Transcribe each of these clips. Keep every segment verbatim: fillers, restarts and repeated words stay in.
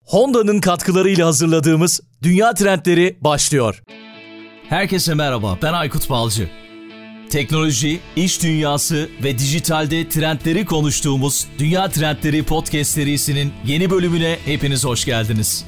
Honda'nın katkılarıyla hazırladığımız Dünya Trendleri başlıyor. Herkese merhaba, ben Aykut Balcı. Teknoloji, iş dünyası ve dijitalde trendleri konuştuğumuz Dünya Trendleri Podcast serisinin yeni bölümüne hepiniz hoş geldiniz.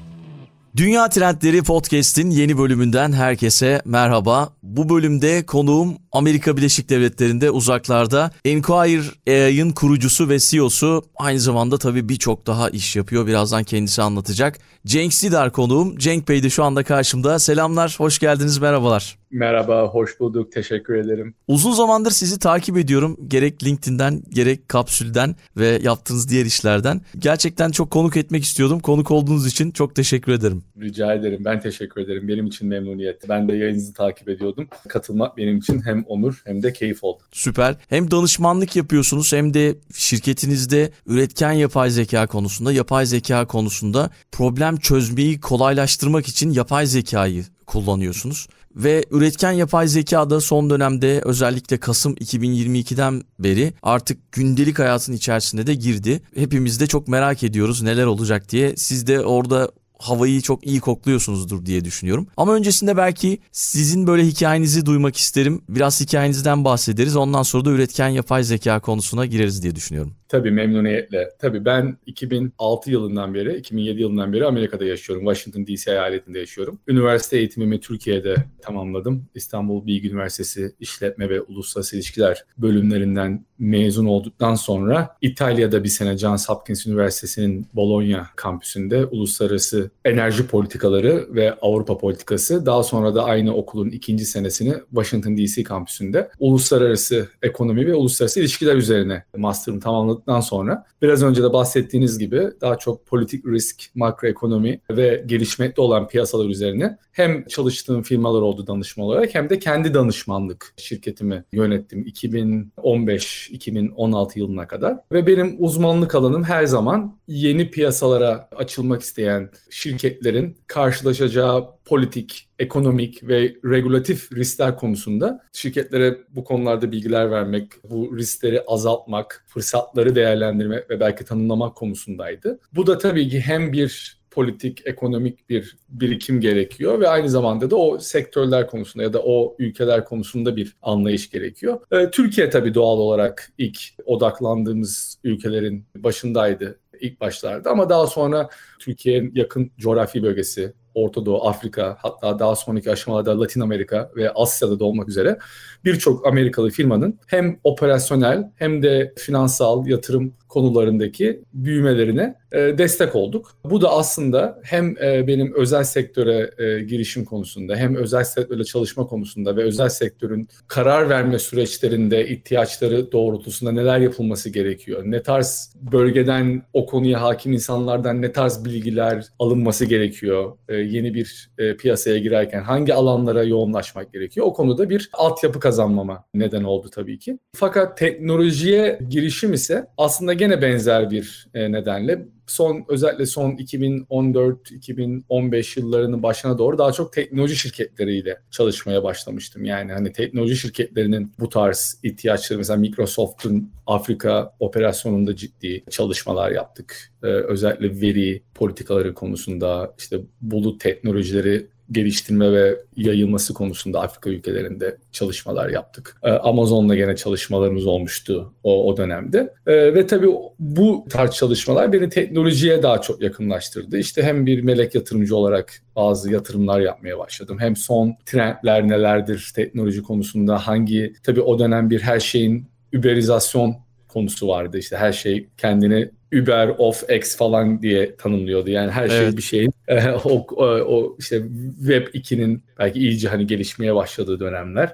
Dünya Trendleri Podcast'in yeni bölümünden herkese merhaba. Bu bölümde konuğum Amerika Birleşik Devletleri'nde uzaklarda Enquire A I'ın kurucusu ve C E O'su, aynı zamanda tabii birçok daha iş yapıyor. Birazdan kendisi anlatacak. Cenk Sidar konuğum. Cenk Bey de şu anda karşımda. Selamlar, hoş geldiniz, merhabalar. Merhaba, hoş bulduk. Teşekkür ederim. Uzun zamandır sizi takip ediyorum. Gerek LinkedIn'den, gerek Kapsül'den ve yaptığınız diğer işlerden. Gerçekten çok konuk etmek istiyordum. Konuk olduğunuz için çok teşekkür ederim. Rica ederim. Ben teşekkür ederim. Benim için memnuniyet. Ben de yayınınızı takip ediyordum. Katılmak benim için hem onur hem de keyif oldu. Süper. Hem danışmanlık yapıyorsunuz hem de şirketinizde üretken yapay zeka konusunda, yapay zeka konusunda problem çözmeyi kolaylaştırmak için yapay zekayı kullanıyorsunuz. Ve üretken yapay zeka da son dönemde, özellikle Kasım iki bin yirmi ikiden beri artık gündelik hayatın içerisinde de girdi. Hepimiz de çok merak ediyoruz neler olacak diye. Siz de orada havayı çok iyi kokluyorsunuzdur diye düşünüyorum. Ama öncesinde belki sizin böyle hikayenizi duymak isterim. Biraz hikayenizden bahsederiz. Ondan sonra da üretken yapay zeka konusuna gireriz diye düşünüyorum. Tabii, memnuniyetle. Tabii ben iki bin altı yılından beri, iki bin yedi yılından beri Amerika'da yaşıyorum. Washington D C eyaletinde yaşıyorum. Üniversite eğitimimi Türkiye'de tamamladım. İstanbul Bilgi Üniversitesi İşletme ve Uluslararası İlişkiler bölümlerinden mezun olduktan sonra İtalya'da bir sene Johns Hopkins Üniversitesi'nin Bologna kampüsünde uluslararası enerji politikaları ve Avrupa politikası. Daha sonra da aynı okulun ikinci senesini Washington D C kampüsünde uluslararası ekonomi ve uluslararası ilişkiler üzerine master'ımı tamamladım. Sonra biraz önce de bahsettiğiniz gibi daha çok politik risk, makroekonomi ve gelişmekte olan piyasalar üzerine hem çalıştığım firmalar oldu danışma olarak hem de kendi danışmanlık şirketimi yönettim iki bin on beş iki bin on altı yılına kadar. Ve benim uzmanlık alanım her zaman yeni piyasalara açılmak isteyen şirketlerin karşılaşacağı politik, ekonomik ve regülatif riskler konusunda şirketlere bu konularda bilgiler vermek, bu riskleri azaltmak, fırsatları değerlendirmek ve belki tanımlamak konusundaydı. Bu da tabii ki hem bir politik, ekonomik bir birikim gerekiyor ve aynı zamanda da o sektörler konusunda ya da o ülkeler konusunda bir anlayış gerekiyor. Ee, Türkiye tabii doğal olarak ilk odaklandığımız ülkelerin başındaydı ilk başlarda, ama daha sonra Türkiye'nin yakın coğrafi bölgesi, Orta Doğu, Afrika, hatta daha sonraki aşamalarda Latin Amerika ve Asya'da da olmak üzere birçok Amerikalı firmanın hem operasyonel hem de finansal yatırım konularındaki büyümelerine e, destek olduk. Bu da aslında hem e, benim özel sektöre e, girişim konusunda hem özel sektörle çalışma konusunda ve özel sektörün karar verme süreçlerinde ihtiyaçları doğrultusunda neler yapılması gerekiyor, ne tarz bölgeden o konuya hakim insanlardan ne tarz bilgiler alınması gerekiyor, e, yeni bir e, piyasaya girerken hangi alanlara yoğunlaşmak gerekiyor, o konuda bir altyapı kazanmama neden oldu tabii ki. Fakat teknolojiye girişim ise aslında gene benzer bir e, nedenle son özellikle son iki bin on dört iki bin on beş yıllarının başına doğru daha çok teknoloji şirketleriyle çalışmaya başlamıştım. Yani hani teknoloji şirketlerinin bu tarz ihtiyaçları, mesela Microsoft'un Afrika operasyonunda ciddi çalışmalar yaptık. Ee, özellikle veri politikaları konusunda, işte bulut teknolojileri geliştirme ve yayılması konusunda Afrika ülkelerinde çalışmalar yaptık. Ee, Amazon'la gene çalışmalarımız olmuştu o, o dönemde. Ee, ve tabii bu tarz çalışmalar beni teknolojiye daha çok yakınlaştırdı. İşte hem bir melek yatırımcı olarak bazı yatırımlar yapmaya başladım. Hem son trendler nelerdir teknoloji konusunda, hangi, tabii o dönem bir her şeyin überizasyon konusu vardı. İşte her şey kendini Uber of X falan diye tanımlıyordu. Yani her şey evet. bir şeyin e, o, o, o işte Web ikinin belki iyice hani gelişmeye başladığı dönemler.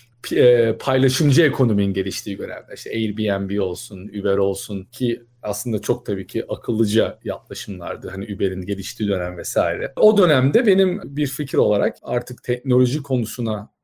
E, paylaşımcı ekonominin geliştiği dönemler. İşte Airbnb olsun, Uber olsun, ki aslında çok tabii ki akıllıca yaklaşımlardı. Hani Uber'in geliştiği dönem vesaire. O dönemde benim bir fikir olarak artık teknoloji konusuna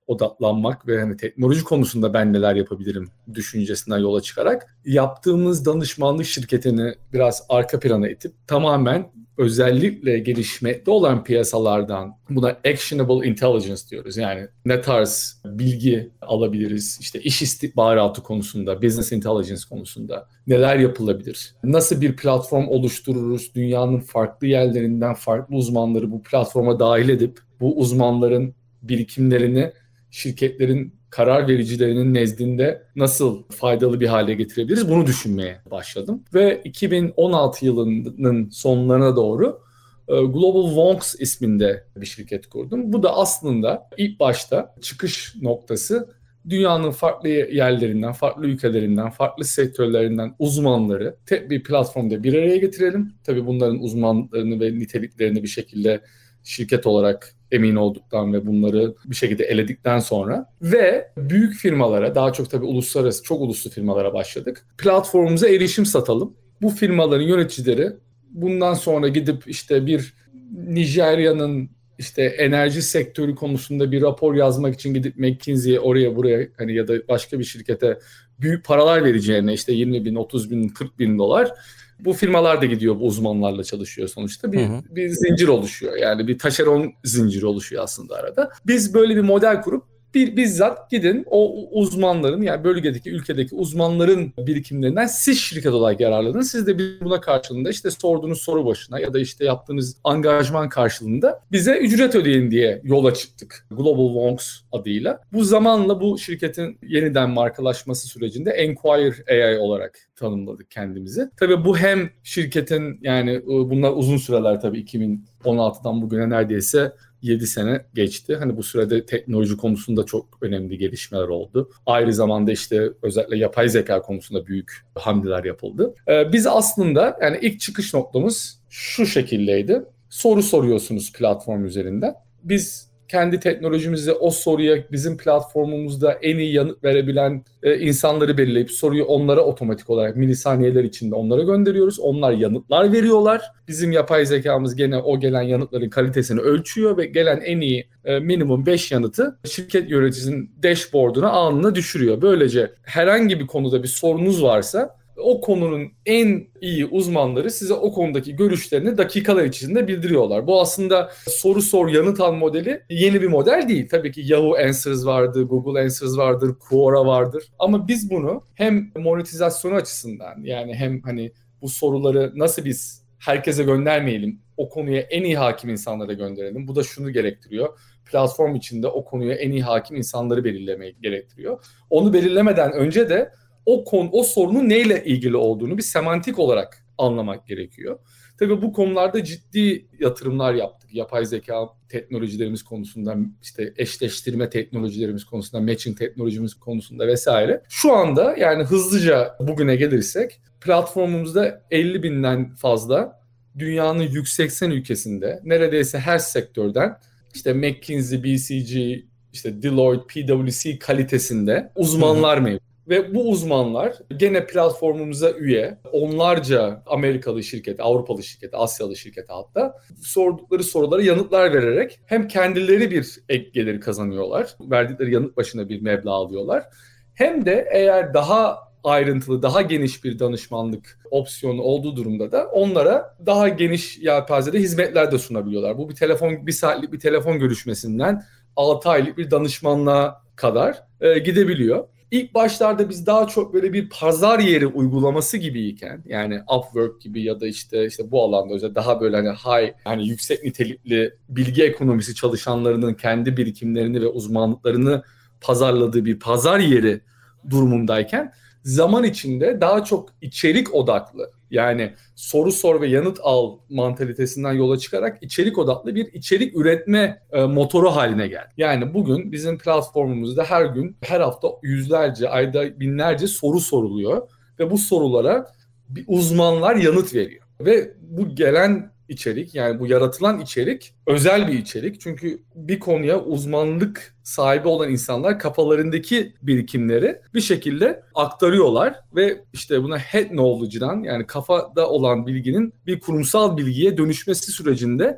odaklanmak ve hani teknoloji konusunda ben neler yapabilirim düşüncesinden yola çıkarak yaptığımız danışmanlık şirketini biraz arka plana itip tamamen özellikle gelişmekte olan piyasalardan, buna actionable intelligence diyoruz. Yani ne tarz bilgi alabiliriz, işte iş istihbaratı konusunda, business intelligence konusunda neler yapılabilir, nasıl bir platform oluştururuz, dünyanın farklı yerlerinden farklı uzmanları bu platforma dahil edip bu uzmanların birikimlerini şirketlerin karar vericilerinin nezdinde nasıl faydalı bir hale getirebiliriz bunu düşünmeye başladım. Ve iki bin on altı yılının sonlarına doğru Global Vonks isminde bir şirket kurdum. Bu da aslında ilk başta çıkış noktası dünyanın farklı yerlerinden, farklı ülkelerinden, farklı sektörlerinden uzmanları tek bir platformda bir araya getirelim. Tabii bunların uzmanlarını ve niteliklerini bir şekilde şirket olarak emin olduktan ve bunları bir şekilde eledikten sonra ve büyük firmalara, daha çok tabii uluslararası, çok uluslu firmalara başladık. Platformumuza erişim satalım. Bu firmaların yöneticileri bundan sonra gidip işte bir Nijerya'nın işte enerji sektörü konusunda bir rapor yazmak için gidip McKinsey'ye oraya buraya hani ya da başka bir şirkete büyük paralar vereceğine işte yirmi bin, otuz bin, kırk bin dolar bu firmalar da gidiyor bu uzmanlarla çalışıyor sonuçta. Bir, hı hı. bir zincir oluşuyor. Yani bir taşeron zinciri oluşuyor aslında arada. Biz böyle bir model kurup bir bizzat gidin o uzmanların yani bölgedeki, ülkedeki uzmanların birikimlerinden siz şirket olarak yararlanın. Siz de buna karşılığında işte sorduğunuz soru başına ya da işte yaptığınız angajman karşılığında bize ücret ödeyin diye yola çıktık. Global Vonks adıyla. Bu zamanla bu şirketin yeniden markalaşması sürecinde Enquire A I olarak tanımladık kendimizi. Tabii bu hem şirketin yani bunlar uzun süreler tabii iki bin on altıdan bugüne neredeyse yedi sene geçti. Hani bu sürede teknoloji konusunda çok önemli gelişmeler oldu. Ayrı zamanda işte özellikle yapay zeka konusunda büyük hamleler yapıldı. Ee, biz aslında yani ilk çıkış noktamız şu şekildeydi. Soru soruyorsunuz platform üzerinden. Biz kendi teknolojimizle o soruya bizim platformumuzda en iyi yanıt verebilen e, insanları belirleyip soruyu onlara otomatik olarak milisaniyeler içinde onlara gönderiyoruz. Onlar yanıtlar veriyorlar. Bizim yapay zekamız gene o gelen yanıtların kalitesini ölçüyor ve gelen en iyi e, minimum beş yanıtı şirket yöneticisinin dashboard'una anında düşürüyor. Böylece herhangi bir konuda bir sorunuz varsa o konunun en iyi uzmanları size o konudaki görüşlerini dakikalar içinde bildiriyorlar. Bu aslında soru sor yanıt al modeli yeni bir model değil. Tabii ki Yahoo Answers vardır, Google Answers vardır, Quora vardır. Ama biz bunu hem monetizasyonu açısından yani hem hani bu soruları nasıl biz herkese göndermeyelim, o konuya en iyi hakim insanlara gönderelim. Bu da şunu gerektiriyor. Platform içinde o konuya en iyi hakim insanları belirlemeyi gerektiriyor. Onu belirlemeden önce de O, konu, o sorunun neyle ilgili olduğunu bir semantik olarak anlamak gerekiyor. Tabii bu konularda ciddi yatırımlar yaptık. Yapay zeka teknolojilerimiz konusunda, işte eşleştirme teknolojilerimiz konusunda, matching teknolojimiz konusunda vesaire. Şu anda yani hızlıca bugüne gelirsek platformumuzda elli binden fazla dünyanın yüz seksen ülkesinde neredeyse her sektörden işte McKinsey, B C G, işte Deloitte, P W C kalitesinde uzmanlar mevcut. Ve bu uzmanlar gene platformumuza üye, onlarca Amerikalı şirket, Avrupalı şirket, Asyalı şirket hatta sordukları sorulara yanıtlar vererek hem kendileri bir ek gelir kazanıyorlar, verdikleri yanıt başına bir meblağ alıyorlar. Hem de eğer daha ayrıntılı, daha geniş bir danışmanlık opsiyonu olduğu durumda da onlara daha geniş yelpazede hizmetler de sunabiliyorlar. Bu bir telefon, bir saatlik bir telefon görüşmesinden altı aylık bir danışmanlığa kadar e, gidebiliyor. İlk başlarda biz daha çok böyle bir pazar yeri uygulaması gibiyken yani Upwork gibi ya da işte işte bu alanda özellikle daha böyle hani high hani yüksek nitelikli bilgi ekonomisi çalışanlarının kendi birikimlerini ve uzmanlıklarını pazarladığı bir pazar yeri durumundayken zaman içinde daha çok içerik odaklı yani soru sor ve yanıt al mantalitesinden yola çıkarak içerik odaklı bir içerik üretme e, motoru haline geldi. Yani bugün bizim platformumuzda her gün, her hafta yüzlerce, ayda binlerce soru soruluyor ve bu sorulara bir uzmanlar yanıt veriyor. Ve bu gelen içerik yani bu yaratılan içerik özel bir içerik. Çünkü bir konuya uzmanlık sahibi olan insanlar kafalarındaki birikimleri bir şekilde aktarıyorlar ve işte buna head knowledge'dan yani kafada olan bilginin bir kurumsal bilgiye dönüşmesi sürecinde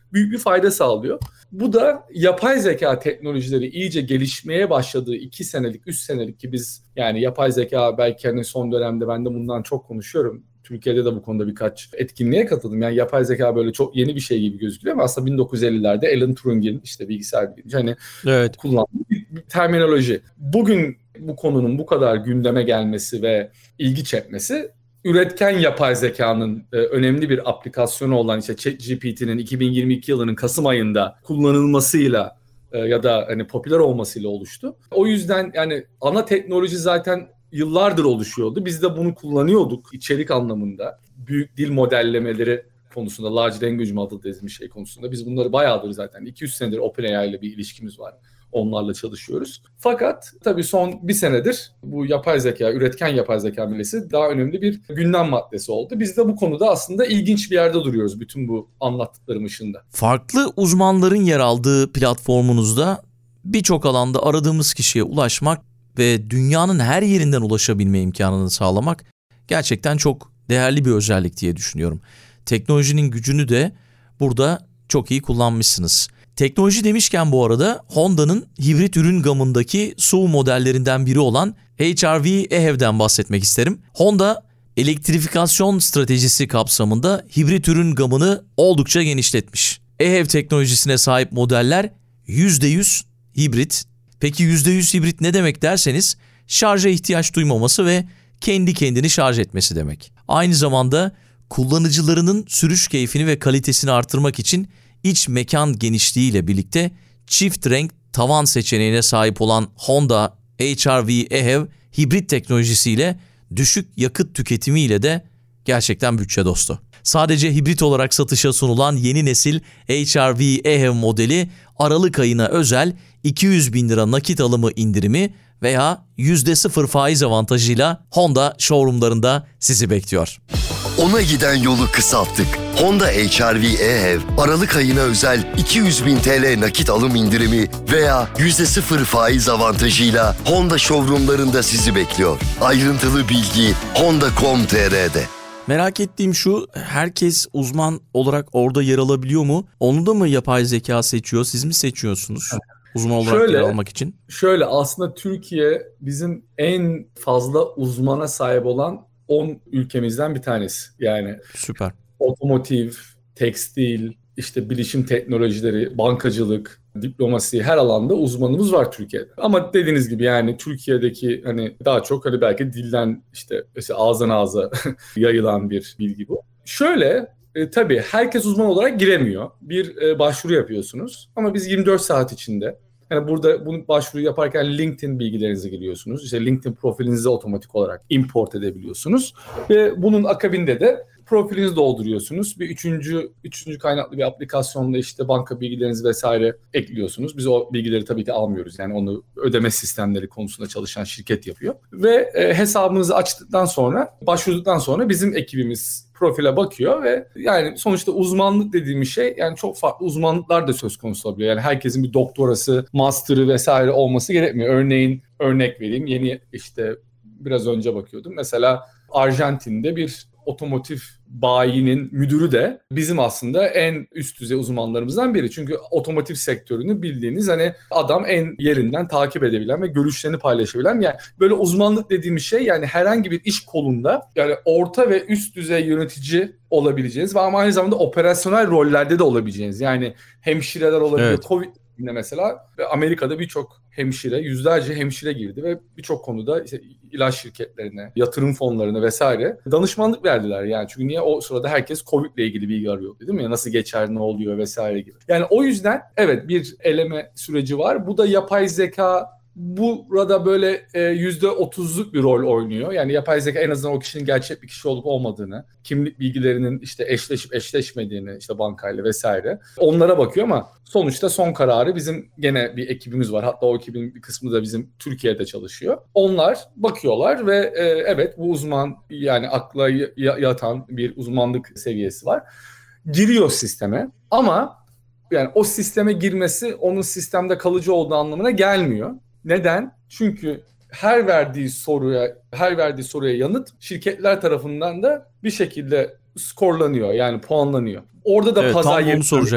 büyük bir fayda sağlıyor. Bu da yapay zeka teknolojileri iyice gelişmeye başladığı iki senelik, üç senelik ki biz yani yapay zeka belki hani son dönemde ben de bundan çok konuşuyorum. Türkiye'de de bu konuda birkaç etkinliğe katıldım. Yani yapay zeka böyle çok yeni bir şey gibi gözüküyor ama aslında bin dokuz yüz ellilerde Alan Turing'in işte bilgisayar bilimci hani evet. kullandığı bir, bir terminoloji. Bugün bu konunun bu kadar gündeme gelmesi ve ilgi çekmesi üretken yapay zekanın e, önemli bir aplikasyonu olan işte ChatGPT'nin iki bin yirmi iki yılının Kasım ayında kullanılmasıyla e, ya da hani popüler olmasıyla oluştu. O yüzden yani ana teknoloji zaten yıllardır oluşuyordu. Biz de bunu kullanıyorduk içerik anlamında. Büyük dil modellemeleri konusunda, large language model dediğimiz şey konusunda. Biz bunları bayağıdır zaten iki yüz senedir OpenAI ile bir ilişkimiz var. Onlarla çalışıyoruz. Fakat tabii son bir senedir bu yapay zeka, üretken yapay zeka meselesi daha önemli bir gündem maddesi oldu. Biz de bu konuda aslında ilginç bir yerde duruyoruz bütün bu anlattıklarım ışığında. Farklı uzmanların yer aldığı platformunuzda birçok alanda aradığımız kişiye ulaşmak ve dünyanın her yerinden ulaşabilme imkanını sağlamak gerçekten çok değerli bir özellik diye düşünüyorum. Teknolojinin gücünü de burada çok iyi kullanmışsınız. Teknoloji demişken bu arada Honda'nın hibrit ürün gamındaki S U V modellerinden biri olan H R V E H V'den bahsetmek isterim. Honda elektrifikasyon stratejisi kapsamında hibrit ürün gamını oldukça genişletmiş. E H V teknolojisine sahip modeller yüzde yüz hibrit. Peki yüzde yüz hibrit ne demek derseniz şarja ihtiyaç duymaması ve kendi kendini şarj etmesi demek. Aynı zamanda kullanıcılarının sürüş keyfini ve kalitesini artırmak için iç mekan genişliğiyle birlikte çift renk tavan seçeneğine sahip olan Honda H R V E H V hibrit teknolojisiyle düşük yakıt tüketimiyle de gerçekten bütçe dostu. Sadece hibrit olarak satışa sunulan yeni nesil H R V E H V modeli Aralık ayına özel iki yüz bin lira nakit alımı indirimi veya yüzde sıfır faiz avantajıyla Honda showroomlarında sizi bekliyor. Ona giden yolu kısalttık. Honda H R V E H V Aralık ayına özel iki yüz bin T L nakit alım indirimi veya yüzde sıfır faiz avantajıyla Honda showroomlarında sizi bekliyor. Ayrıntılı bilgi honda nokta com nokta t r'de. Merak ettiğim şu, herkes uzman olarak orada yer alabiliyor mu? Onu da mı yapay zeka seçiyor, siz mi seçiyorsunuz uzman olarak Şöyle, yer almak için? Şöyle aslında Türkiye bizim en fazla uzmana sahip olan on ülkemizden bir tanesi. Yani Süper. otomotiv, tekstil, işte bilişim teknolojileri, bankacılık, diplomasi her alanda uzmanımız var Türkiye'de. Ama dediğiniz gibi yani Türkiye'deki hani daha çok hani belki dilden işte mesela ağızdan ağza yayılan bir bilgi bu. Şöyle e, tabii herkes uzman olarak giremiyor. Bir e, başvuru yapıyorsunuz ama biz yirmi dört saat içinde yani burada bunu başvuru yaparken LinkedIn bilgilerinizi giriyorsunuz. İşte LinkedIn profilinizi otomatik olarak import edebiliyorsunuz. Ve bunun akabinde de profilinizi dolduruyorsunuz. Bir üçüncü, üçüncü kaynaklı bir aplikasyonla işte banka bilgilerinizi vesaire ekliyorsunuz. Biz o bilgileri tabii ki almıyoruz. Yani onu ödeme sistemleri konusunda çalışan şirket yapıyor. Ve e, hesabınızı açtıktan sonra, başvurduktan sonra bizim ekibimiz profile bakıyor ve yani sonuçta uzmanlık dediğimiz şey yani çok farklı uzmanlıklar da söz konusu olabiliyor. Yani herkesin bir doktorası, master'ı vesaire olması gerekmiyor. Örneğin örnek vereyim. Yeni işte biraz önce bakıyordum. Mesela Arjantin'de bir otomotiv bayinin müdürü de bizim aslında en üst düzey uzmanlarımızdan biri. Çünkü otomotiv sektörünü bildiğiniz hani adam en yerinden takip edebilen ve görüşlerini paylaşabilen yani böyle uzmanlık dediğimiz şey yani herhangi bir iş kolunda yani orta ve üst düzey yönetici olabileceğiniz ve ama aynı zamanda operasyonel rollerde de olabileceğiniz. Yani hemşireler olabilir. Evet. Covid mesela Amerika'da birçok hemşire, yüzlerce hemşire girdi ve birçok konuda işte ilaç şirketlerine, yatırım fonlarına vesaire danışmanlık verdiler. Yani çünkü niye o sırada herkes Covid ile ilgili bilgi arıyor değil mi? Ya nasıl geçer, ne oluyor vesaire gibi. Yani o yüzden evet bir eleme süreci var. Bu da yapay zeka burada böyle yüzde otuzluk bir rol oynuyor. Yani yapay zeka en azından o kişinin gerçek bir kişi olup olmadığını, kimlik bilgilerinin işte eşleşip eşleşmediğini işte bankayla vesaire onlara bakıyor ama sonuçta son kararı bizim gene bir ekibimiz var. Hatta o ekibin bir kısmı da bizim Türkiye'de çalışıyor. Onlar bakıyorlar ve e, evet bu uzman yani akla yatan bir uzmanlık seviyesi var. Giriyor sisteme ama yani o sisteme girmesi onun sistemde kalıcı olduğu anlamına gelmiyor. Neden? Çünkü her verdiği soruya, her verdiği soruya yanıt şirketler tarafından da bir şekilde skorlanıyor. Yani puanlanıyor. Orada da evet, pazar tam yeri onu soracaktım.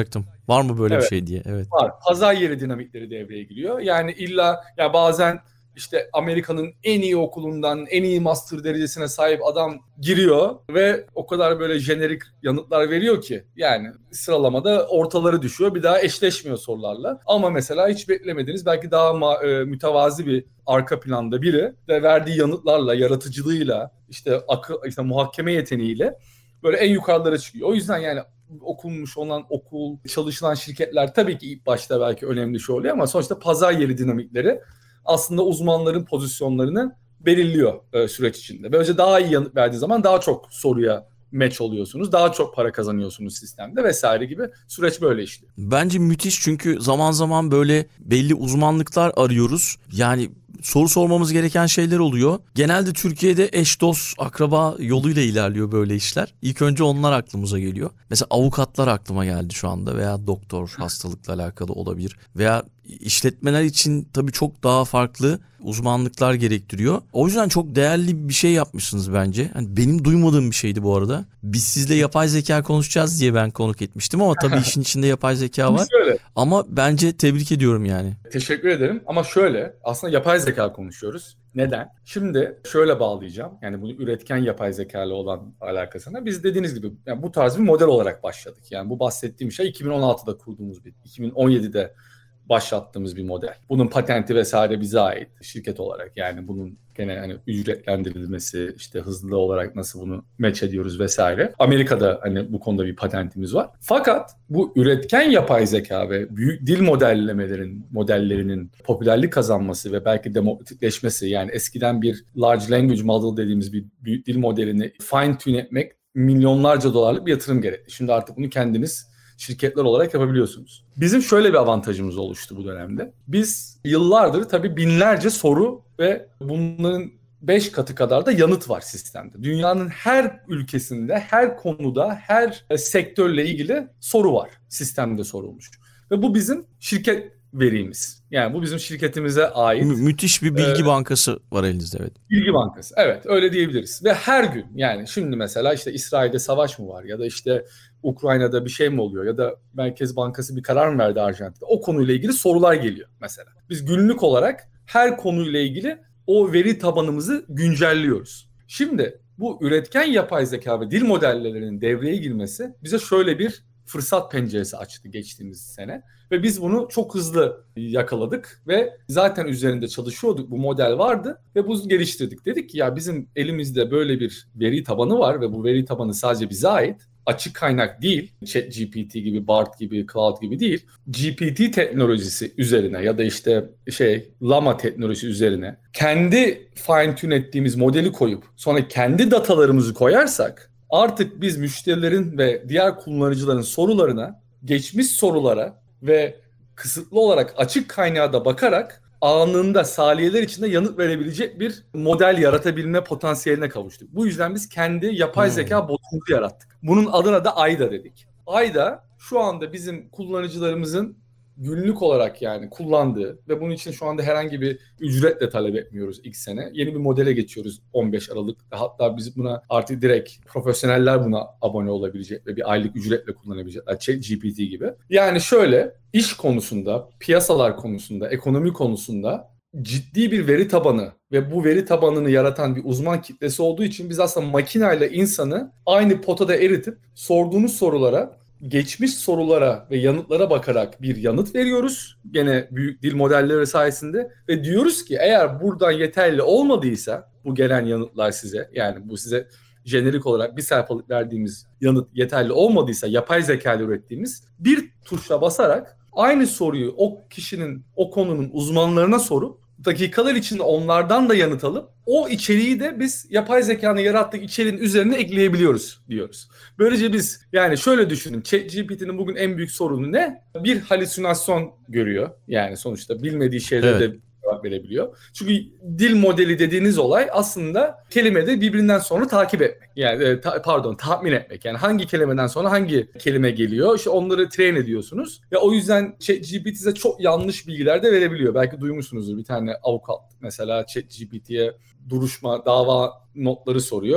Var mı böyle Evet. bir şey diye? Evet. Var. Pazar yeri dinamikleri devreye giriyor. Yani illa ya bazen işte Amerika'nın en iyi okulundan en iyi master derecesine sahip adam giriyor ve o kadar böyle jenerik yanıtlar veriyor ki yani sıralamada ortaları düşüyor. Bir daha eşleşmiyor sorularla. Ama mesela hiç beklemediğiniz belki daha ma- e, mütevazi bir arka planda biri de verdiği yanıtlarla, yaratıcılığıyla, işte akıl, işte muhakeme yeteneğiyle böyle en yukarılara çıkıyor. O yüzden yani okunmuş olan okul, çalışılan şirketler tabii ki ilk başta belki önemli şey oluyor ama sonuçta pazar yeri dinamikleri aslında uzmanların pozisyonlarını belirliyor e, süreç içinde. Böylece daha iyi yanıt verdiği zaman daha çok soruya match oluyorsunuz, daha çok para kazanıyorsunuz sistemde vesaire gibi süreç böyle işliyor. Bence müthiş çünkü zaman zaman böyle belli uzmanlıklar arıyoruz. Yani soru sormamız gereken şeyler oluyor. Genelde Türkiye'de eş, dost, akraba yoluyla ilerliyor böyle işler. İlk önce onlar aklımıza geliyor. Mesela avukatlar aklıma geldi şu anda veya doktor, hastalıkla alakalı olabilir. Veya işletmeler için tabii çok daha farklı uzmanlıklar gerektiriyor. O yüzden çok değerli bir şey yapmışsınız bence. Yani benim duymadığım bir şeydi bu arada. Biz sizle yapay zeka konuşacağız diye ben konuk etmiştim ama tabii işin içinde yapay zeka var. Şöyle, Ama bence tebrik ediyorum yani. teşekkür ederim ama şöyle aslında yapay zeka konuşuyoruz. Neden? Şimdi şöyle bağlayacağım. Yani bunu üretken yapay zeka ile olan alakasına. Biz dediğiniz gibi yani bu tarz bir model olarak başladık. Yani bu bahsettiğim şey iki bin on altıda kurduğumuz bir, iki bin on yedide başlattığımız bir model. Bunun patenti vesaire bize ait şirket olarak. Yani bunun gene hani ücretlendirilmesi, işte hızlı olarak nasıl bunu match ediyoruz vesaire. Amerika'da hani bu konuda bir patentimiz var. Fakat bu üretken yapay zeka ve büyük dil modellemelerin modellerinin popülerlik kazanması ve belki demokratikleşmesi, yani eskiden bir large language model dediğimiz bir büyük dil modelini fine tune etmek milyonlarca dolarlık bir yatırım gerekti. Şimdi artık bunu kendiniz şirketler olarak yapabiliyorsunuz. Bizim şöyle bir avantajımız oluştu bu dönemde. Biz yıllardır tabii binlerce soru ve bunların beş katı kadar da yanıt var sistemde. Dünyanın her ülkesinde, her konuda, her sektörle ilgili soru var. Sistemde sorulmuş. Ve bu bizim şirket verimiz. Yani bu bizim şirketimize ait. Mü- müthiş bir bilgi Ee, bankası var elinizde, evet. Bilgi bankası. Evet, öyle diyebiliriz. Ve her gün, yani şimdi mesela işte İsrail'de savaş mı var ya da işte Ukrayna'da bir şey mi oluyor ya da Merkez Bankası bir karar mı verdi Arjantin'de? O konuyla ilgili sorular geliyor mesela. Biz günlük olarak her konuyla ilgili o veri tabanımızı güncelliyoruz. Şimdi bu üretken yapay zeka ve dil modellerinin devreye girmesi bize şöyle bir fırsat penceresi açtı geçtiğimiz sene. Ve biz bunu çok hızlı yakaladık ve zaten üzerinde çalışıyorduk. Bu model vardı ve bunu geliştirdik. Dedik ki ya bizim elimizde böyle bir veri tabanı var ve bu veri tabanı sadece bize ait. Açık kaynak değil, ChatGPT gibi, Bard gibi, Cloud gibi değil. G P T teknolojisi üzerine ya da işte şey Llama teknolojisi üzerine kendi fine tune ettiğimiz modeli koyup sonra kendi datalarımızı koyarsak artık biz müşterilerin ve diğer kullanıcıların sorularına, geçmiş sorulara ve kısıtlı olarak açık kaynağa da bakarak anında saniyeler içinde yanıt verebilecek bir model yaratabilme potansiyeline kavuştuk. Bu yüzden biz kendi yapay Hmm. zeka botumuzu yarattık. Bunun adına da Ayda dedik. Ayda şu anda bizim kullanıcılarımızın günlük olarak yani kullandığı ve bunun için şu anda herhangi bir ücret de talep etmiyoruz ilk sene. Yeni bir modele geçiyoruz on beş Aralık'ta. Hatta biz buna artık direkt profesyoneller buna abone olabilecek ve bir aylık ücretle kullanabilecekler. ChatGPT gibi. Yani şöyle iş konusunda, piyasalar konusunda, ekonomi konusunda ciddi bir veri tabanı ve bu veri tabanını yaratan bir uzman kitlesi olduğu için biz aslında makineyle insanı aynı potada eritip sorduğunuz sorulara, geçmiş sorulara ve yanıtlara bakarak bir yanıt veriyoruz. Gene büyük dil modelleri sayesinde ve diyoruz ki eğer buradan yeterli olmadıysa bu gelen yanıtlar size, yani bu size jenerik olarak bir sayfalık verdiğimiz yanıt yeterli olmadıysa yapay zeka ile ürettiğimiz bir tuşla basarak aynı soruyu o kişinin, o konunun uzmanlarına sorup dakikalar içinde onlardan da yanıt alıp o içeriği de biz yapay zekanın yarattığı içeriğin üzerine ekleyebiliyoruz diyoruz. Böylece biz yani şöyle düşünün, ChatGPT'nin bugün en büyük sorunu ne? Bir halüsinasyon görüyor. Yani sonuçta bilmediği şeylere Evet. de cevap verebiliyor. Çünkü dil modeli dediğiniz olay aslında kelimeleri birbirinden sonra takip etmek. Yani e, ta, pardon tahmin etmek. Yani hangi kelimeden sonra hangi kelime geliyor? İşte onları train ediyorsunuz. Ya o yüzden ChatGPT size çok yanlış bilgiler de verebiliyor. Belki duymuşsunuzdur, bir tane avukat mesela ChatGPT'ye duruşma, dava notları soruyor.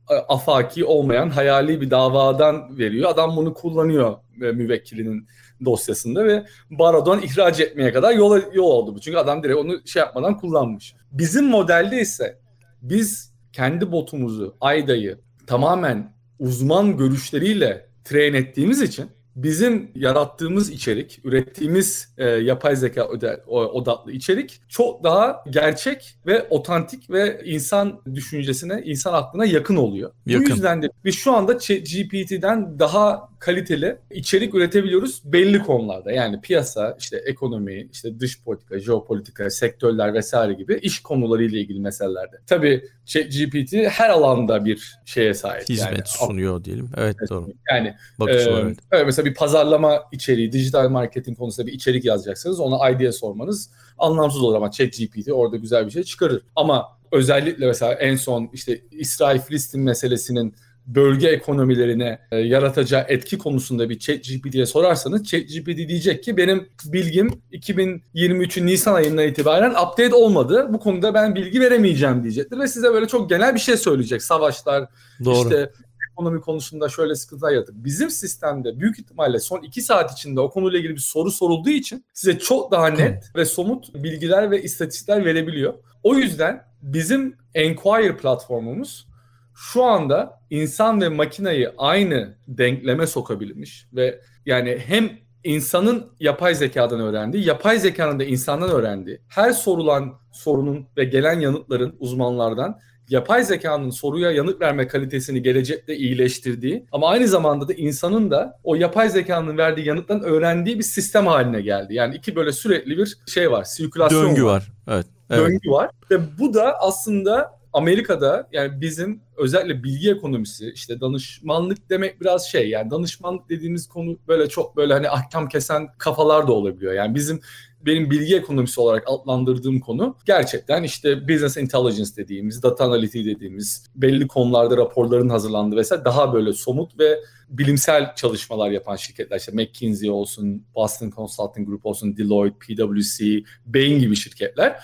afaki olmayan hayali bir davadan veriyor. Adam bunu kullanıyor müvekkilinin dosyasında ve barodan ihraç etmeye kadar yol, yol oldu bu. Çünkü adam direkt onu şey yapmadan kullanmış. Bizim modelde ise biz kendi botumuzu, Ayda'yı tamamen uzman görüşleriyle train ettiğimiz için bizim yarattığımız içerik, ürettiğimiz e, yapay zeka odaklı içerik çok daha gerçek ve otantik ve insan düşüncesine, insan aklına yakın oluyor. Yakın. Bu yüzden de biz şu anda ChatGPT'den daha kaliteli içerik üretebiliyoruz belli konularda. Yani piyasa, işte ekonomi, işte dış politika, jeopolitika, sektörler vesaire gibi iş konularıyla ilgili meselelerde. Tabii ChatGPT her alanda bir şeye sahip. Hizmet yani, sunuyor diyelim. Evet, evet doğru. Yani Bakış e, var, evet. Mesela bir pazarlama içeriği, dijital marketing konusunda bir içerik yazacaksınız. Ona I D'ye sormanız anlamsız olur ama ChatGPT orada güzel bir şey çıkarır. Ama özellikle mesela en son işte İsrail-Filistin meselesinin bölge ekonomilerine e, yaratacağı etki konusunda bir ChatGPT'ye sorarsanız ChatGPT diyecek ki benim bilgim iki bin yirmi üçün Nisan ayından itibaren update olmadı. Bu konuda ben bilgi veremeyeceğim diyecektir ve size böyle çok genel bir şey söyleyecek. Savaşlar, doğru. işte ekonomi konusunda şöyle sıkıntılar yaratır. Bizim sistemde büyük ihtimalle son iki saat içinde o konuyla ilgili bir soru sorulduğu için size çok daha net ve somut bilgiler ve istatistikler verebiliyor. O yüzden bizim Enquire platformumuz şu anda insan ve makineyi aynı denkleme sokabilmiş ve yani hem insanın yapay zekadan öğrendiği, yapay zekanın da insandan öğrendiği, her sorulan sorunun ve gelen yanıtların uzmanlardan yapay zekanın soruya yanıt verme kalitesini gelecekte iyileştirdiği ama aynı zamanda da insanın da o yapay zekanın verdiği yanıttan öğrendiği bir sistem haline geldi. Yani iki böyle sürekli bir şey var, sirkülasyon Döngü var. var. Evet. Evet. Döngü var ve bu da aslında Amerika'da yani bizim özellikle bilgi ekonomisi, işte danışmanlık demek biraz şey, yani danışmanlık dediğimiz konu böyle çok böyle hani ahkam kesen kafalar da olabiliyor. Yani bizim benim bilgi ekonomisi olarak adlandırdığım konu gerçekten işte business intelligence dediğimiz, data analytics dediğimiz, belli konularda raporların hazırlandığı vesaire daha böyle somut ve bilimsel çalışmalar yapan şirketler. İşte McKinsey olsun, Boston Consulting Group olsun, Deloitte, P W C, Bain gibi şirketler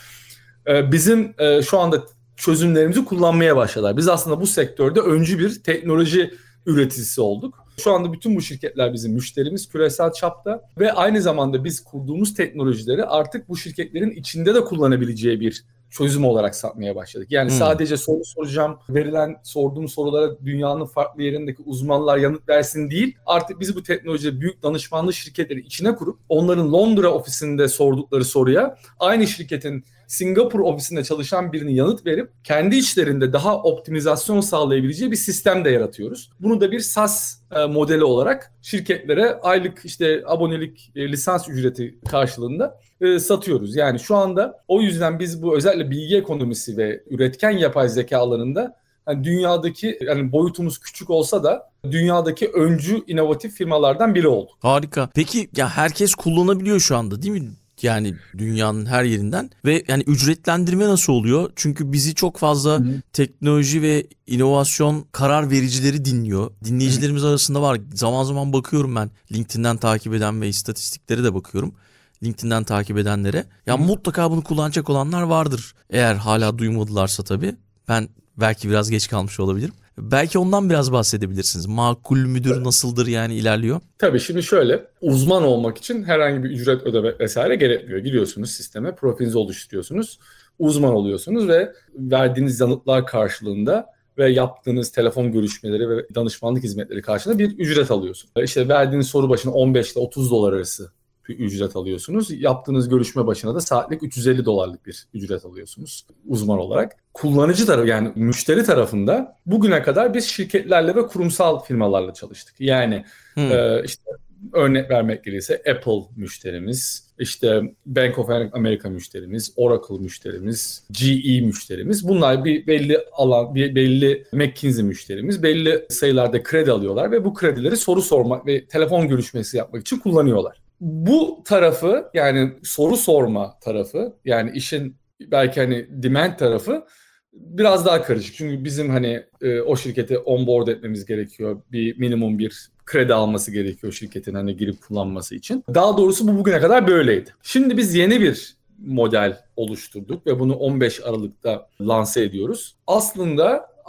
bizim şu anda çözümlerimizi kullanmaya başladılar. Biz aslında bu sektörde öncü bir teknoloji üreticisi olduk. Şu anda bütün bu şirketler bizim müşterimiz küresel çapta ve aynı zamanda biz kurduğumuz teknolojileri artık bu şirketlerin içinde de kullanabileceği bir çözüm olarak satmaya başladık. Yani hmm. sadece soru soracağım, verilen sorduğum sorulara dünyanın farklı yerindeki uzmanlar yanıt versin değil. Artık biz bu teknolojiyi büyük danışmanlık şirketleri içine kurup onların Londra ofisinde sordukları soruya aynı şirketin Singapur ofisinde çalışan birinin yanıt verip kendi içlerinde daha optimizasyon sağlayabileceği bir sistem de yaratıyoruz. Bunu da bir SaaS e, modeli olarak şirketlere aylık işte abonelik e, lisans ücreti karşılığında e, satıyoruz. Yani şu anda o yüzden biz bu özellikle bilgi ekonomisi ve üretken yapay zeka alanında yani dünyadaki yani boyutumuz küçük olsa da dünyadaki öncü inovatif firmalardan biri olduk. Harika. Peki ya herkes kullanabiliyor şu anda değil mi? Yani dünyanın her yerinden ve yani ücretlendirme nasıl oluyor? Çünkü bizi çok fazla Hı-hı. teknoloji ve inovasyon karar vericileri dinliyor. Dinleyicilerimiz Hı-hı. arasında var. Zaman zaman bakıyorum ben LinkedIn'den takip eden ve istatistiklere de bakıyorum. LinkedIn'den takip edenlere. Ya Hı-hı. mutlaka bunu kullanacak olanlar vardır. Eğer hala duymadılarsa tabii. Ben belki biraz geç kalmış olabilirim. Belki ondan biraz bahsedebilirsiniz. Makul müdür evet. nasıldır yani ilerliyor? Tabii şimdi şöyle uzman olmak için herhangi bir ücret ödemek vesaire gerekmiyor. Giriyorsunuz sisteme, profilinizi oluşturuyorsunuz, uzman oluyorsunuz ve verdiğiniz yanıtlar karşılığında ve yaptığınız telefon görüşmeleri ve danışmanlık hizmetleri karşılığında bir ücret alıyorsunuz. İşte verdiğiniz soru başına on beş ile otuz dolar arası bir ücret alıyorsunuz. Yaptığınız görüşme başına da saatlik üç yüz elli dolarlık bir ücret alıyorsunuz uzman olarak. Kullanıcı tarafı yani müşteri tarafında bugüne kadar biz şirketlerle ve kurumsal firmalarla çalıştık. Yani hmm. e, işte örnek vermek gerekirse Apple müşterimiz, işte Bank of America müşterimiz, Oracle müşterimiz, G E müşterimiz. Bunlar bir belli alan, bir belli McKinsey müşterimiz, belli sayılarda kredi alıyorlar ve bu kredileri soru sormak ve telefon görüşmesi yapmak için kullanıyorlar. Bu tarafı yani soru sorma tarafı yani işin belki hani demand tarafı biraz daha karışık. Çünkü bizim hani e, o şirketi onboard etmemiz gerekiyor. Bir minimum bir kredi alması gerekiyor şirketin hani girip kullanması için. Daha doğrusu bu bugüne kadar böyleydi. Şimdi biz yeni bir model oluşturduk ve bunu on beş Aralık'ta lanse ediyoruz. Aslında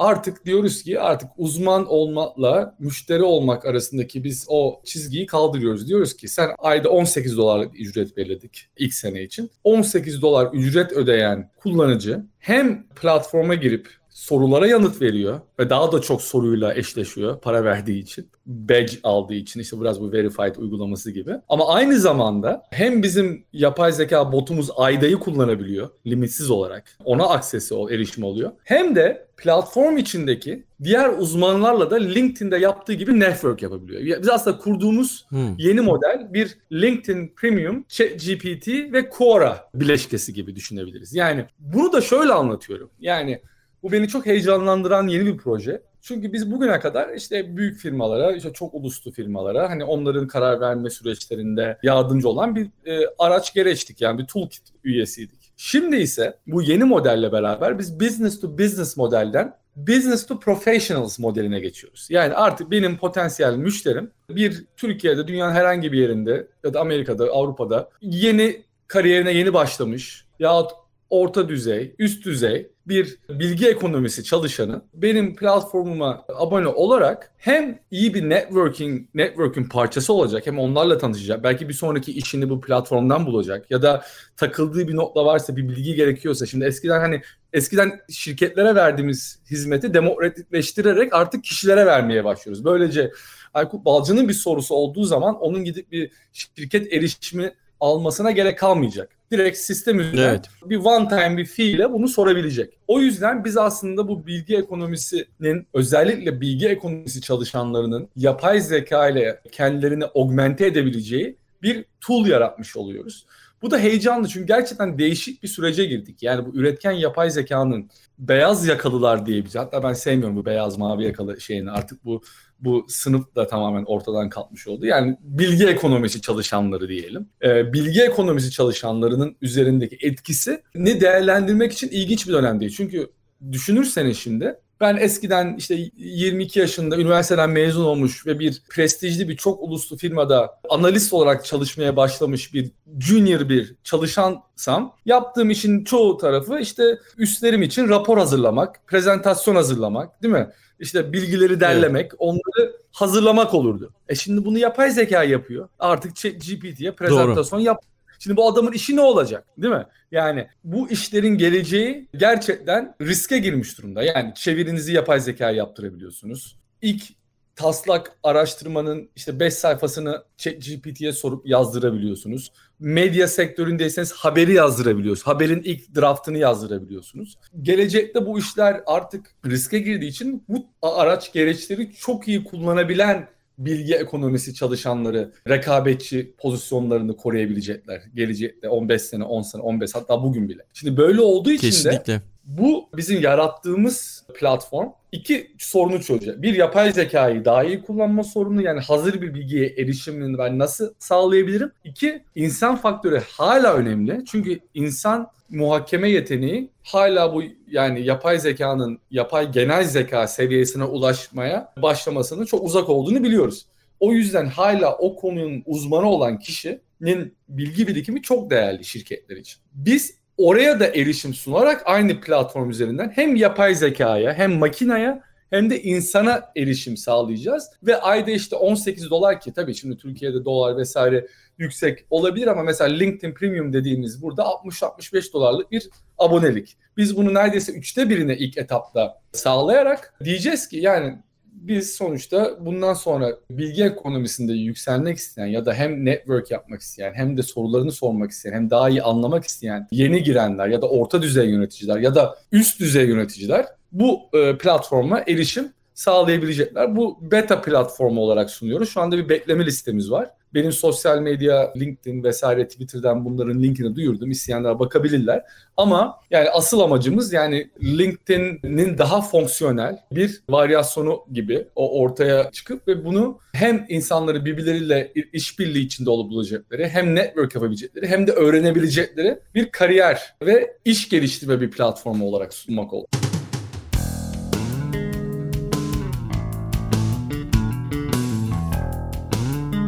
artık diyoruz ki artık uzman olmakla müşteri olmak arasındaki biz o çizgiyi kaldırıyoruz. Diyoruz ki sen ayda on sekiz dolarlık ücret belirledik ilk sene için. on sekiz dolar ücret ödeyen kullanıcı hem platforma girip sorulara yanıt veriyor ve daha da çok soruyla eşleşiyor para verdiği için, badge aldığı için, işte biraz bu verified uygulaması gibi. Ama aynı zamanda hem bizim yapay zeka botumuz Ayda'yı kullanabiliyor limitsiz olarak, ona aksesi, o erişim oluyor. Hem de platform içindeki diğer uzmanlarla da LinkedIn'de yaptığı gibi network yapabiliyor. Biz aslında kurduğumuz hmm. yeni model bir LinkedIn Premium, ChatGPT ve Quora bileşkesi gibi düşünebiliriz. Yani bunu da şöyle anlatıyorum. Yani bu beni çok heyecanlandıran yeni bir proje. Çünkü biz bugüne kadar işte büyük firmalara, işte çok uluslu firmalara hani onların karar verme süreçlerinde yardımcı olan bir e, araç gereçtik. Yani bir toolkit üyesiydik. Şimdi ise bu yeni modelle beraber biz business to business modelden business to professionals modeline geçiyoruz. Yani artık benim potansiyel müşterim bir Türkiye'de, dünyanın herhangi bir yerinde ya da Amerika'da, Avrupa'da yeni kariyerine yeni başlamış yahut orta düzey, üst düzey bir bilgi ekonomisi çalışanı benim platformuma abone olarak hem iyi bir networking networking parçası olacak, hem onlarla tanışacak. Belki bir sonraki işini bu platformdan bulacak ya da takıldığı bir nokta varsa, bir bilgi gerekiyorsa. Şimdi eskiden hani eskiden şirketlere verdiğimiz hizmeti demokratikleştirerek artık kişilere vermeye başlıyoruz. Böylece Aykut Balcı'nın bir sorusu olduğu zaman onun gidip bir şirket erişimi almasına gerek kalmayacak. Direkt sistem üzerinden evet. bir one time bir fee ile bunu sorabilecek. O yüzden biz aslında bu bilgi ekonomisinin, özellikle bilgi ekonomisi çalışanlarının yapay zeka ile kendilerini augmente edebileceği bir tool yaratmış oluyoruz. Bu da heyecanlı çünkü gerçekten değişik bir sürece girdik. Yani bu üretken yapay zekanın beyaz yakalılar diyebiliriz. Hatta ben sevmiyorum bu beyaz mavi yakalı şeyini. Artık bu bu sınıf da tamamen ortadan kalkmış oldu. Yani bilgi ekonomisi çalışanları diyelim. Ee, bilgi ekonomisi çalışanlarının üzerindeki etkisini değerlendirmek için ilginç bir dönemdeyiz. Çünkü düşünürseniz şimdi ben eskiden işte yirmi iki yaşında üniversiteden mezun olmuş ve bir prestijli bir çok uluslu firmada analist olarak çalışmaya başlamış bir junior bir çalışansam yaptığım işin çoğu tarafı işte üstlerim için rapor hazırlamak, prezentasyon hazırlamak, değil mi? İşte bilgileri derlemek, evet. onları hazırlamak olurdu. E şimdi bunu yapay zeka yapıyor. Artık ChatGPT'ye prezentasyon Doğru. yap. Şimdi bu adamın işi ne olacak, değil mi? Yani bu işlerin geleceği gerçekten riske girmiş durumda. Yani çevirinizi yapay zeka yaptırabiliyorsunuz. İlk taslak araştırmanın işte beş sayfasını ChatGPT'ye sorup yazdırabiliyorsunuz. Medya sektöründeyseniz haberi yazdırabiliyorsunuz. Haberin ilk draftını yazdırabiliyorsunuz. Gelecekte bu işler artık riske girdiği için bu araç gereçleri çok iyi kullanabilen bilgi ekonomisi çalışanları rekabetçi pozisyonlarını koruyabilecekler. Gelecekte on beş sene, on sene, on beş hatta bugün bile. Şimdi böyle olduğu için Kesinlikle. de bu bizim yarattığımız platform iki sorunu çözecek. Bir, yapay zekayı daha iyi kullanma sorunu, yani hazır bir bilgiye erişimini ben nasıl sağlayabilirim? İki, insan faktörü hala önemli. Çünkü insan muhakeme yeteneği hala bu, yani yapay zekanın yapay genel zeka seviyesine ulaşmaya başlamasının çok uzak olduğunu biliyoruz. O yüzden hala o konunun uzmanı olan kişinin bilgi birikimi çok değerli şirketler için. Biz oraya da erişim sunarak aynı platform üzerinden hem yapay zekaya hem makineye hem de insana erişim sağlayacağız. Ve ayda işte on sekiz dolar, ki tabii şimdi Türkiye'de dolar vesaire yüksek olabilir ama mesela LinkedIn Premium dediğimiz burada altmış altmış beş dolarlık bir abonelik. Biz bunu neredeyse üçte birine ilk etapta sağlayarak diyeceğiz ki yani biz sonuçta bundan sonra bilgi ekonomisinde yükselmek isteyen ya da hem network yapmak isteyen hem de sorularını sormak isteyen hem daha iyi anlamak isteyen yeni girenler ya da orta düzey yöneticiler ya da üst düzey yöneticiler bu e, platforma erişim sağlayabilecekler. Bu beta platformu olarak sunuyoruz. Şu anda bir bekleme listemiz var. Benim sosyal medya, LinkedIn vesaire, Twitter'dan bunların linkini duyurdum. İsteyenler bakabilirler. Ama yani asıl amacımız yani LinkedIn'in daha fonksiyonel bir varyasyonu gibi o ortaya çıkıp ve bunu hem insanları birbirleriyle işbirliği içinde olabilecekleri, hem network yapabilecekleri, hem de öğrenebilecekleri bir kariyer ve iş geliştirme bir platformu olarak sunmak olur.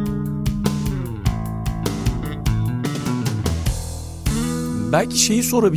Belki şeyi sorabilirim.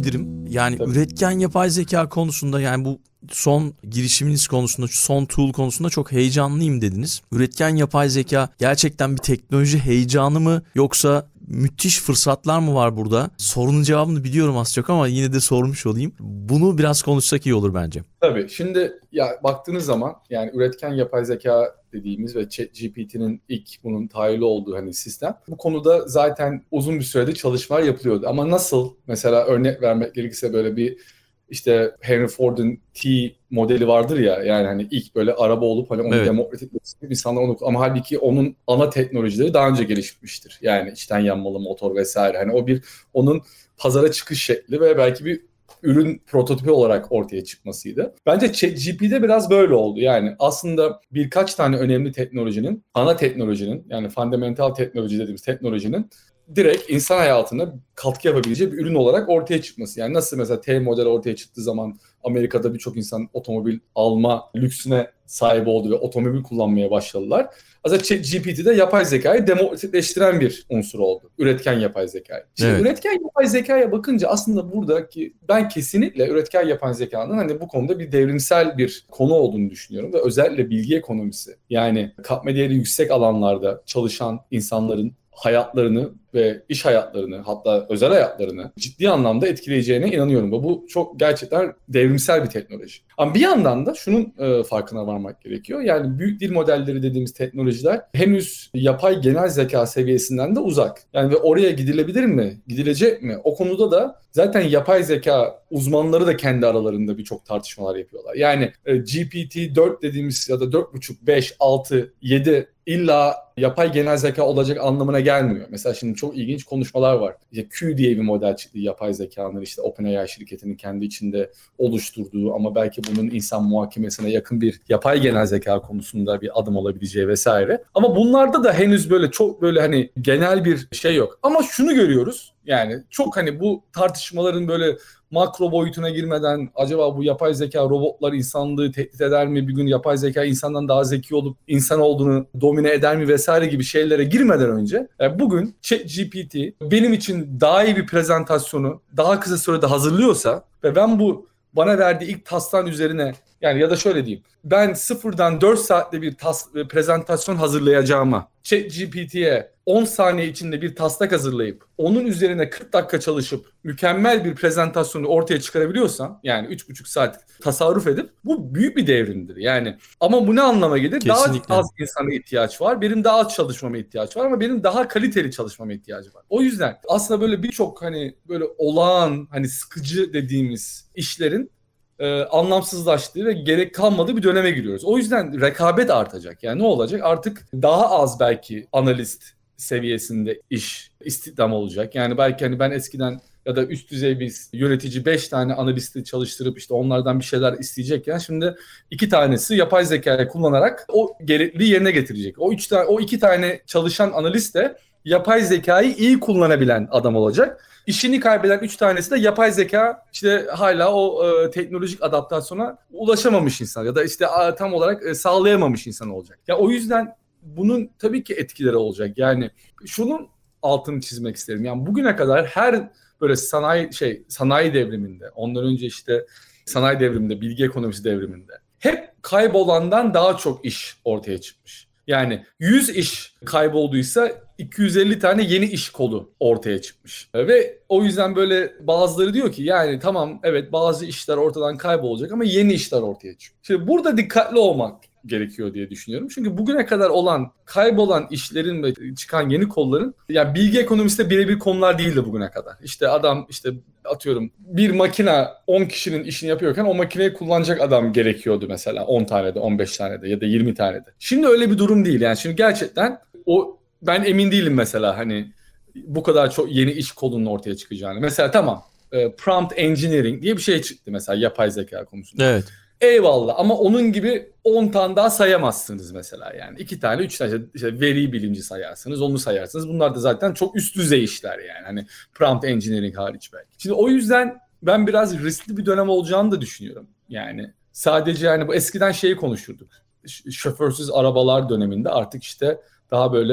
Yani Tabii. üretken yapay zeka konusunda, yani bu son girişiminiz konusunda, son tool konusunda çok heyecanlıyım dediniz. Üretken yapay zeka gerçekten bir teknoloji heyecanı mı, yoksa müthiş fırsatlar mı var burada? Sorunun cevabını biliyorum az çok ama yine de sormuş olayım. Bunu biraz konuşsak iyi olur bence. Tabii. Şimdi ya baktığınız zaman yani üretken yapay zeka dediğimiz ve ChatGPT'nin ilk bunun tahayyülü olduğu hani sistem. Bu konuda zaten uzun bir süredir çalışmalar yapılıyordu. Ama nasıl, mesela örnek vermek gerekirse, böyle bir işte Henry Ford'un T modeli vardır ya, yani hani ilk böyle araba olup hani onu Evet. demokratikleştirip insanlar onu, ama halbuki onun ana teknolojileri daha önce gelişmiştir. Yani içten yanmalı motor vesaire. Hani o bir onun pazara çıkış şekli ve belki bir ürün prototipi olarak ortaya çıkmasıydı. Bence ChatGPT'de biraz böyle oldu. Yani aslında birkaç tane önemli teknolojinin, ana teknolojinin, yani fundamental teknoloji dediğimiz teknolojinin direkt insan hayatına katkı yapabileceği bir ürün olarak ortaya çıkması. Yani nasıl mesela T model ortaya çıktığı zaman Amerika'da birçok insan otomobil alma lüksüne sahip oldu ve otomobil kullanmaya başladılar. Aslında ChatGPT'de yapay zekayı demokratikleştiren bir unsur oldu. Üretken yapay zekayı. Şimdi Evet. üretken yapay zekaya bakınca aslında buradaki ben kesinlikle üretken yapay zekanın hani bu konuda bir devrimsel bir konu olduğunu düşünüyorum ve özellikle bilgi ekonomisi, yani katma değeri yüksek alanlarda çalışan insanların hayatlarını ve iş hayatlarını, hatta özel hayatlarını ciddi anlamda etkileyeceğine inanıyorum. Ve bu çok gerçekten devrimsel bir teknoloji. Ama bir yandan da şunun e, farkına varmak gerekiyor. Yani büyük dil modelleri dediğimiz teknolojiler henüz yapay genel zeka seviyesinden de uzak. Yani ve oraya gidilebilir mi? Gidilecek mi? O konuda da zaten yapay zeka uzmanları da kendi aralarında birçok tartışmalar yapıyorlar. Yani e, G P T dört dediğimiz ya da dört buçuk, beş, altı, yedi illa yapay genel zeka olacak anlamına gelmiyor. Mesela şimdi çok ilginç konuşmalar var. İşte Q diye bir model çıktı yapay zekanın, işte OpenAI şirketinin kendi içinde oluşturduğu ama belki bunun insan muhakemesine yakın bir yapay genel zeka konusunda bir adım olabileceği vesaire. Ama bunlarda da henüz böyle çok böyle hani genel bir şey yok. Ama şunu görüyoruz. Yani çok hani bu tartışmaların böyle makro boyutuna girmeden acaba bu yapay zeka robotlar insanlığı tehdit eder mi? Bir gün yapay zeka insandan daha zeki olup insan olduğunu domine eder mi vesaire gibi şeylere girmeden önce yani bugün ChatGPT benim için daha iyi bir prezentasyonu daha kısa sürede hazırlıyorsa ve ben bu bana verdiği ilk taslağın üzerine, yani ya da şöyle diyeyim, ben sıfırdan dört saatte bir tas, prezentasyon hazırlayacağıma ChatGPT'ye on saniye içinde bir taslak hazırlayıp onun üzerine kırk dakika çalışıp mükemmel bir prezentasyonu ortaya çıkarabiliyorsam, yani üç buçuk saat tasarruf edip, bu büyük bir devrimdir. Yani ama bu ne anlama gelir? Kesinlikle. Daha az insana ihtiyaç var. Benim daha az çalışmama ihtiyaç var ama benim daha kaliteli çalışmama ihtiyacı var. O yüzden aslında böyle birçok hani böyle olağan, hani sıkıcı dediğimiz işlerin e, anlamsızlaştığı ve gerek kalmadığı bir döneme giriyoruz. O yüzden rekabet artacak. Yani ne olacak? Artık daha az belki analist seviyesinde iş istihdam olacak. Yani belki hani ben eskiden ya da üst düzey bir yönetici beş tane analisti çalıştırıp işte onlardan bir şeyler isteyecekken şimdi iki tanesi yapay zekayı kullanarak o gerekliliği yerine getirecek. O üç tane, o iki tane çalışan analist de yapay zekayı iyi kullanabilen adam olacak. İşini kaybeden üç tanesi de yapay zeka işte hala o e, teknolojik adaptasyona ulaşamamış insan ya da işte a, tam olarak e, sağlayamamış insan olacak. Ya o yüzden bunun tabii ki etkileri olacak. Yani şunun altını çizmek isterim. Yani bugüne kadar her böyle sanayi şey sanayi devriminde, ondan önce işte sanayi devriminde, bilgi ekonomisi devriminde hep kaybolandan daha çok iş ortaya çıkmış. Yani yüz iş kaybolduysa iki yüz elli tane yeni iş kolu ortaya çıkmış. Ve o yüzden böyle bazıları diyor ki yani tamam evet bazı işler ortadan kaybolacak ama yeni işler ortaya çıkıyor. Şimdi burada dikkatli olmak gerekiyor diye düşünüyorum. Çünkü bugüne kadar olan kaybolan işlerin ve çıkan yeni kolların, yani bilgi ekonomisinde birebir konular değildi bugüne kadar. İşte adam işte atıyorum bir makine on kişinin işini yapıyorken o makineyi kullanacak adam gerekiyordu mesela on tanede, on beş tanede ya da yirmi tanede. Şimdi öyle bir durum değil. Yani şimdi gerçekten o, ben emin değilim mesela hani bu kadar çok yeni iş kolunun ortaya çıkacağını. Mesela tamam prompt engineering diye bir şey çıktı mesela yapay zeka konusunda. Evet. Eyvallah ama onun gibi on tane daha sayamazsınız mesela yani. iki tane, üç tane işte veri bilimci sayarsınız, onu sayarsınız. Bunlar da zaten çok üst düzey işler yani. Hani prompt engineering hariç belki. Şimdi o yüzden ben biraz riskli bir dönem olacağını da düşünüyorum. Yani sadece yani bu eskiden şeyi konuşurduk. Şoförsüz arabalar döneminde artık işte daha böyle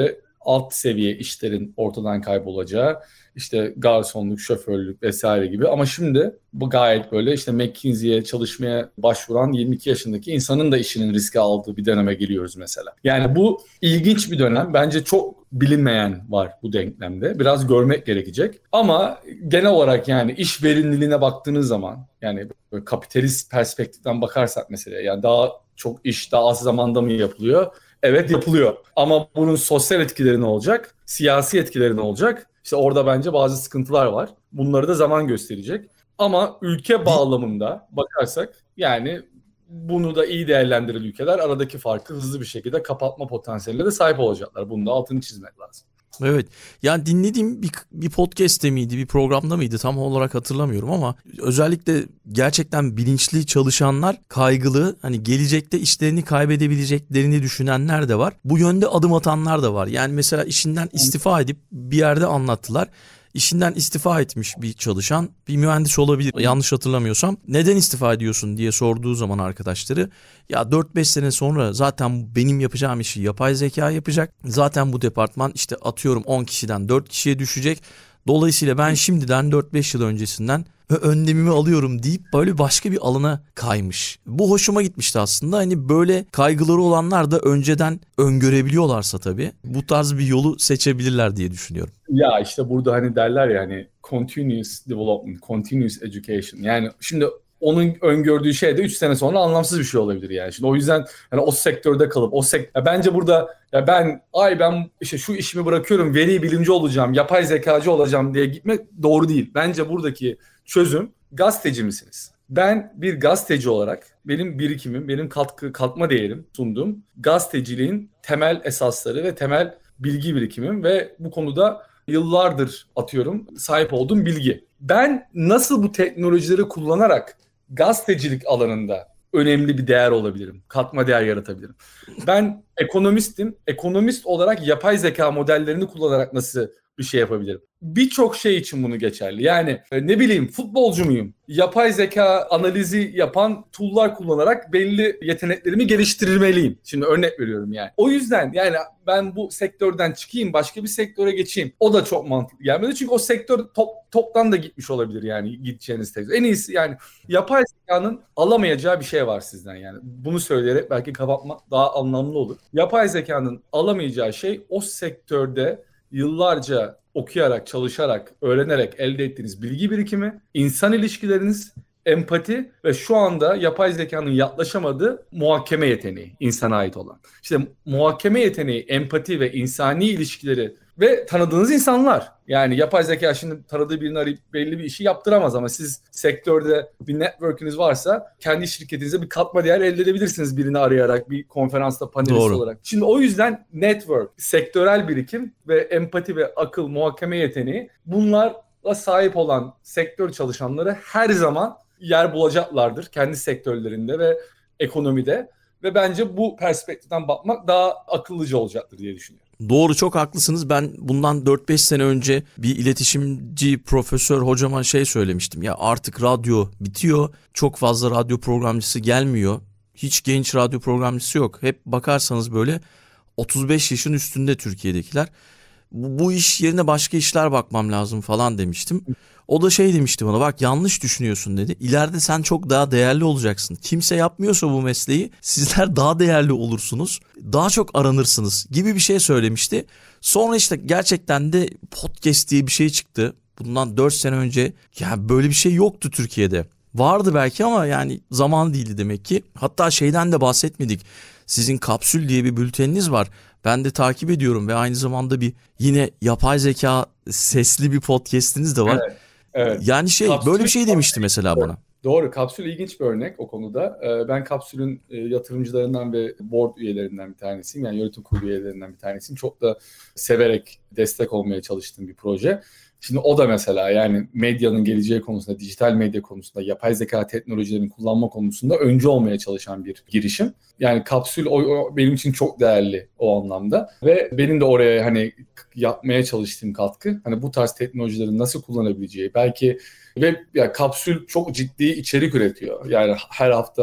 alt seviye işlerin ortadan kaybolacağı, işte garsonluk, şoförlük vesaire gibi. Ama şimdi bu gayet böyle işte McKinsey'ye çalışmaya başvuran yirmi iki yaşındaki insanın da işinin riske aldığı bir döneme giriyoruz mesela. Yani bu ilginç bir dönem. Bence çok bilinmeyen var bu denklemde. Biraz görmek gerekecek. Ama genel olarak yani iş verimliliğine baktığınız zaman, yani böyle kapitalist perspektiften bakarsak mesela, yani daha çok iş daha az zamanda mı yapılıyor? Evet, yapılıyor. Ama bunun sosyal etkileri ne olacak? Siyasi etkileri ne olacak? İşte orada bence bazı sıkıntılar var. Bunları da zaman gösterecek. Ama ülke bağlamında bakarsak yani bunu da iyi değerlendiren ülkeler aradaki farkı hızlı bir şekilde kapatma potansiyeline de sahip olacaklar. Bunun da altını çizmek lazım. Evet. Yani dinlediğim bir, bir podcast'te miydi, bir programda mıydı tam olarak hatırlamıyorum ama özellikle gerçekten bilinçli çalışanlar kaygılı, hani gelecekte işlerini kaybedebileceklerini düşünenler de var. Bu yönde adım atanlar da var. Yani mesela işinden istifa edip bir yerde anlattılar. İşinden istifa etmiş bir çalışan, bir mühendis olabilir yanlış hatırlamıyorsam. Neden istifa ediyorsun diye sorduğu zaman arkadaşları, ya dört beş sene sonra zaten benim yapacağım işi yapay zeka yapacak. Zaten bu departman işte atıyorum on kişiden dört kişiye düşecek. Dolayısıyla ben şimdiden dört beş yıl öncesinden önlemimi alıyorum deyip böyle başka bir alana kaymış. Bu hoşuma gitmişti aslında. Hani böyle kaygıları olanlar da önceden öngörebiliyorlarsa tabii bu tarz bir yolu seçebilirler diye düşünüyorum. Ya işte burada hani derler ya hani continuous development, continuous education. Yani şimdi onun öngördüğü şey de üç sene sonra anlamsız bir şey olabilir yani. Şimdi o yüzden hani o sektörde kalıp o sektör bence burada ya ben ay ben işte şu işimi bırakıyorum, veri bilimci olacağım, yapay zekacı olacağım diye gitmek doğru değil. Bence buradaki çözüm, gazeteci misiniz? Ben bir gazeteci olarak benim birikimim, benim katkı katma değerim sunduğum gazeteciliğin temel esasları ve temel bilgi birikimim ve bu konuda yıllardır atıyorum sahip olduğum bilgi. Ben nasıl bu teknolojileri kullanarak gazetecilik alanında önemli bir değer olabilirim, katma değer yaratabilirim? Ben ekonomistim, ekonomist olarak yapay zeka modellerini kullanarak nasıl bir şey yapabilirim? Birçok şey için bunu geçerli. Yani ne bileyim, futbolcu muyum? Yapay zeka analizi yapan tool'lar kullanarak belli yeteneklerimi geliştirmeliyim. Şimdi örnek veriyorum yani. O yüzden yani ben bu sektörden çıkayım, başka bir sektöre geçeyim. O da çok mantıklı gelmedi. Çünkü o sektör top, toptan da gitmiş olabilir yani gideceğiniz sektör. En iyisi yani yapay zekanın alamayacağı bir şey var sizden yani. Bunu söyleyerek belki kapatmak daha anlamlı olur. Yapay zekanın alamayacağı şey o sektörde yıllarca okuyarak, çalışarak, öğrenerek elde ettiğiniz bilgi birikimi, insan ilişkileriniz, empati ve şu anda yapay zekanın yaklaşamadığı muhakeme yeteneği, insana ait olan. İşte muhakeme yeteneği, empati ve insani ilişkileri ve tanıdığınız insanlar. Yani yapay zeka şimdi tanıdığı birini arayıp belli bir işi yaptıramaz ama siz sektörde bir network'ünüz varsa kendi şirketinize bir katma değer elde edebilirsiniz birini arayarak, bir konferansta panelist Doğru. olarak. Şimdi o yüzden network, sektörel birikim ve empati ve akıl, muhakeme yeteneği, bunlarla sahip olan sektör çalışanları her zaman yer bulacaklardır kendi sektörlerinde ve ekonomide ve bence bu perspektiften bakmak daha akıllıca olacaktır diye düşünüyorum. Doğru, çok haklısınız. Ben bundan dört beş sene önce bir iletişimci profesör hocama şey söylemiştim. Ya artık radyo bitiyor. Çok fazla radyo programcısı gelmiyor. Hiç genç radyo programcısı yok. Hep bakarsanız böyle otuz beş yaşın üstünde Türkiye'dekiler. Bu, bu iş yerine başka işler bakmam lazım falan demiştim. O da şey demişti bana, bak yanlış düşünüyorsun dedi. İleride sen çok daha değerli olacaksın. Kimse yapmıyorsa bu mesleği sizler daha değerli olursunuz. Daha çok aranırsınız gibi bir şey söylemişti. Sonra işte gerçekten de podcast diye bir şey çıktı. Bundan dört sene önce ya böyle bir şey yoktu Türkiye'de. Vardı belki ama yani zaman değildi demek ki. Hatta şeyden de bahsetmedik. Sizin Kapsül diye bir bülteniniz var. Ben de takip ediyorum ve aynı zamanda bir yine yapay zeka sesli bir podcast'iniz de var. Evet, evet. Yani şey Kapsül, böyle bir şey demişti mesela bana. Doğru. Kapsül ilginç bir örnek o konuda. Ben Kapsül'ün yatırımcılarından ve board üyelerinden bir tanesiyim. Yani yönetim kurulu üyelerinden bir tanesiyim. Çok da severek destek olmaya çalıştığım bir proje. Şimdi o da mesela yani medyanın geleceği konusunda, dijital medya konusunda, yapay zeka teknolojilerini kullanma konusunda öncü olmaya çalışan bir girişim. Yani Kapsül o, o benim için çok değerli o anlamda ve benim de oraya hani yapmaya çalıştığım katkı, hani bu tarz teknolojileri nasıl kullanabileceği belki ve ya Kapsül çok ciddi içerik üretiyor. Yani her hafta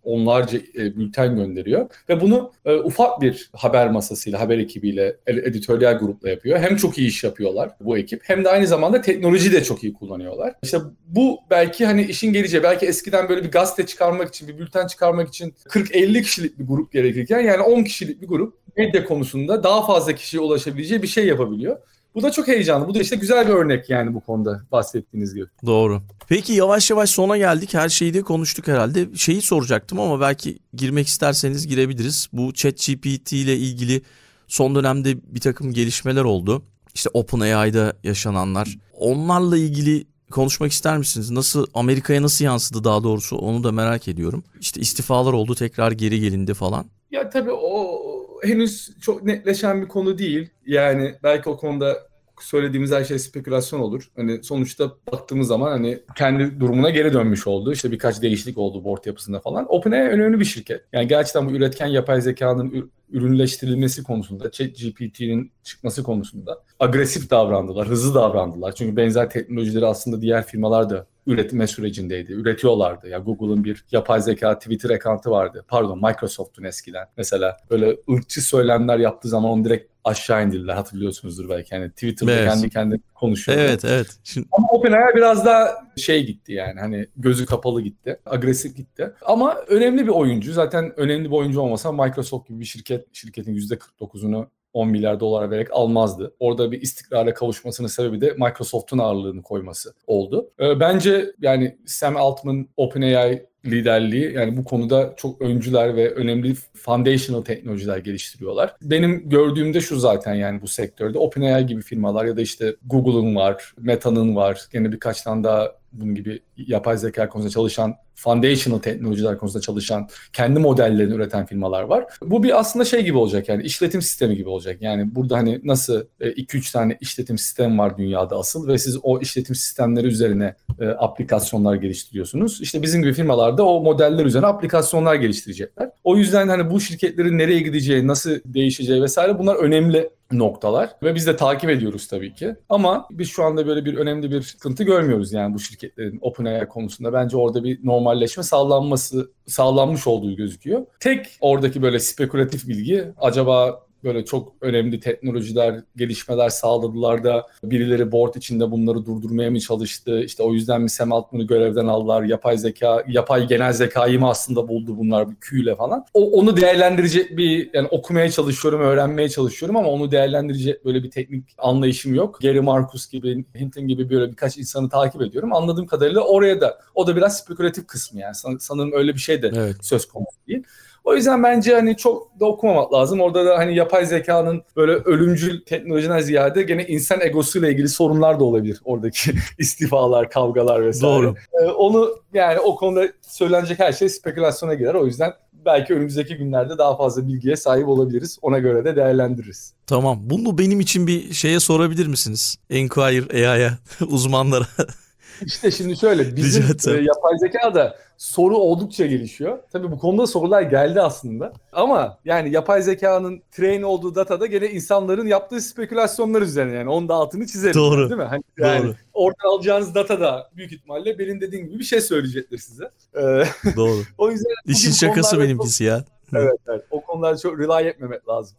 onlarca e, bülten gönderiyor. Ve bunu e, ufak bir haber masasıyla, haber ekibiyle, editoryal grupla yapıyor. Hem çok iyi iş yapıyorlar bu ekip, hem de aynı zamanda teknoloji de çok iyi kullanıyorlar. İşte bu belki hani işin geleceği, belki eskiden böyle bir gazete çıkarmak için, bir bülten çıkarmak için kırk elli kişilik bir grup gerekirken yani on kişilik bir grup medya konusunda daha fazla kişiye ulaşabileceği bir şey yapabiliyor. Bu da çok heyecanlı. Bu da işte güzel bir örnek yani bu konuda bahsettiğiniz gibi. Doğru. Peki yavaş yavaş sona geldik. Her şeyi de konuştuk herhalde. Şeyi soracaktım ama belki girmek isterseniz girebiliriz. Bu ChatGPT ile ilgili son dönemde bir takım gelişmeler oldu. İşte OpenAI'da yaşananlar. Onlarla ilgili konuşmak ister misiniz? Nasıl, Amerika'ya nasıl yansıdı daha doğrusu, onu da merak ediyorum. İşte istifalar oldu, tekrar geri gelindi falan. Ya tabii o henüz çok netleşen bir konu değil. Yani belki o konuda söylediğimiz her şey spekülasyon olur. Hani sonuçta baktığımız zaman hani kendi durumuna geri dönmüş oldu. İşte birkaç değişiklik oldu board yapısında falan. OpenAI önemli bir şirket. Yani gerçekten bu üretken yapay zekanın ürünleştirilmesi konusunda, ChatGPT'nin çıkması konusunda agresif davrandılar, hızlı davrandılar. Çünkü benzer teknolojileri aslında diğer firmalar da üretme sürecindeydi. Üretiyorlardı. Ya Google'ın bir yapay zeka Twitter account'u vardı. Pardon, Microsoft'un eskiden. Mesela böyle ırkçı söylemler yaptığı zaman onu direkt aşağı indirdiler. Hatırlıyorsunuzdur belki. Yani Twitter'da evet. kendi kendine konuşuyordu. Evet, evet. Şimdi... Ama OpenAI biraz daha şey gitti yani. Hani gözü kapalı gitti. Agresif gitti. Ama önemli bir oyuncu. Zaten önemli bir oyuncu olmasa Microsoft gibi bir şirket, şirketin yüzde kırk dokuzunu on milyar dolara vererek almazdı. Orada bir istikrara kavuşmasının sebebi de Microsoft'un ağırlığını koyması oldu. Ee, bence yani Sam Altman, OpenAI liderliği yani bu konuda çok öncüler ve önemli foundational teknolojiler geliştiriyorlar. Benim gördüğümde şu zaten yani bu sektörde OpenAI gibi firmalar ya da işte Google'ın var, Meta'nın var, yine birkaç tane daha bunun gibi yapay zeka konusunda çalışan, foundational teknolojiler konusunda çalışan, kendi modellerini üreten firmalar var. Bu bir aslında şey gibi olacak yani işletim sistemi gibi olacak. Yani burada hani nasıl iki üç tane işletim sistemi var dünyada asıl ve siz o işletim sistemleri üzerine e, aplikasyonlar geliştiriyorsunuz. İşte bizim gibi firmalar da o modeller üzerine aplikasyonlar geliştirecekler. O yüzden hani bu şirketlerin nereye gideceği, nasıl değişeceği vesaire bunlar önemli noktalar ve biz de takip ediyoruz tabii ki. Ama biz şu anda böyle bir önemli bir sıkıntı görmüyoruz yani bu şirketlerin OpenAI konusunda. Bence orada bir normalleşme sağlanması sağlanmış olduğu gözüküyor. Tek oradaki böyle spekülatif bilgi acaba böyle çok önemli teknolojiler, gelişmeler sağladılar da birileri board içinde bunları durdurmaya mı çalıştı? İşte o yüzden mi Sam Altman'ı görevden aldılar? Yapay zeka, yapay genel zekayı mı aslında buldu bunlar bir Q ile falan? O, onu değerlendirecek bir, yani okumaya çalışıyorum, öğrenmeye çalışıyorum ama onu değerlendirecek böyle bir teknik anlayışım yok. Gary Marcus gibi, Hinton gibi böyle birkaç insanı takip ediyorum. Anladığım kadarıyla oraya da, o da biraz spekülatif kısmı yani. Sanırım öyle bir şey de evet. söz konusu değil. O yüzden bence hani çok da okumamak lazım. Orada da hani yapay zekanın böyle ölümcül teknolojiden ziyade gene insan egosuyla ilgili sorunlar da olabilir. Oradaki istifalar, kavgalar vesaire. Doğru. Ee, onu yani o konuda söylenecek her şey spekülasyona girer. O yüzden belki önümüzdeki günlerde daha fazla bilgiye sahip olabiliriz. Ona göre de değerlendiririz. Tamam. Bunu benim için bir şeye sorabilir misiniz? Enquire A I'ya, uzmanlara. İşte şimdi şöyle, bizim e, yapay zeka da soru oldukça gelişiyor. Tabii bu konuda sorular geldi aslında. Ama yani yapay zekanın train olduğu datada gene insanların yaptığı spekülasyonlar üzerine, yani onun da altını çizelim. Doğru. Değil mi? Hani yani Doğru. oradan alacağınız data da büyük ihtimalle benim dediğim gibi bir şey söyleyecektir size. Ee, Doğru. O yüzden İşin şakası benimkisi çok... ya. Evet, evet. O konularda çok rely etmemek lazım.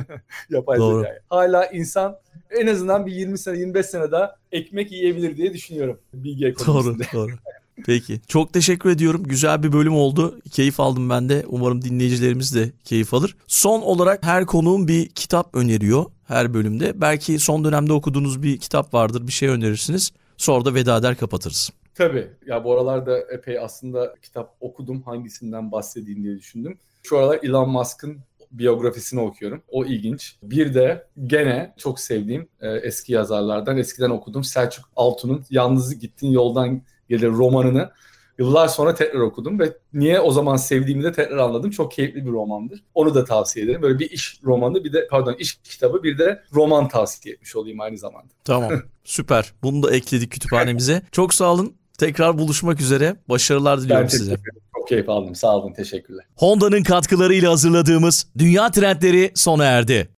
Yapay Doğru. zekaya. Hala insan en azından bir yirmi sene, yirmi beş sene daha ekmek yiyebilir diye düşünüyorum bilgi ekonomisinde. Doğru, doğru. Peki. Çok teşekkür ediyorum. Güzel bir bölüm oldu. Keyif aldım ben de. Umarım dinleyicilerimiz de keyif alır. Son olarak her konuğum bir kitap öneriyor her bölümde. Belki son dönemde okuduğunuz bir kitap vardır, bir şey önerirsiniz. Sonra da veda eder kapatırız. Tabii. Ya bu aralarda epey aslında kitap okudum. Hangisinden bahsedeyim diye düşündüm. Şu aralar Elon Musk'ın biyografisini okuyorum. O ilginç. Bir de gene çok sevdiğim e, eski yazarlardan, eskiden okudum Selçuk Altun'un Yalnız Gittiğin Yoldan Gelir romanını yıllar sonra tekrar okudum ve niye o zaman sevdiğimi de tekrar anladım. Çok keyifli bir romandır. Onu da tavsiye ederim. Böyle bir iş romanı, bir de pardon iş kitabı, bir de roman tavsiye etmiş olayım aynı zamanda. Tamam. Süper. Bunu da ekledik kütüphanemize. Çok sağ olun. Tekrar buluşmak üzere. Başarılar diliyorum ben size. Çok keyif aldım. Sağ olun. Teşekkürler. Honda'nın katkılarıyla hazırladığımız Dünya Trendleri sona erdi.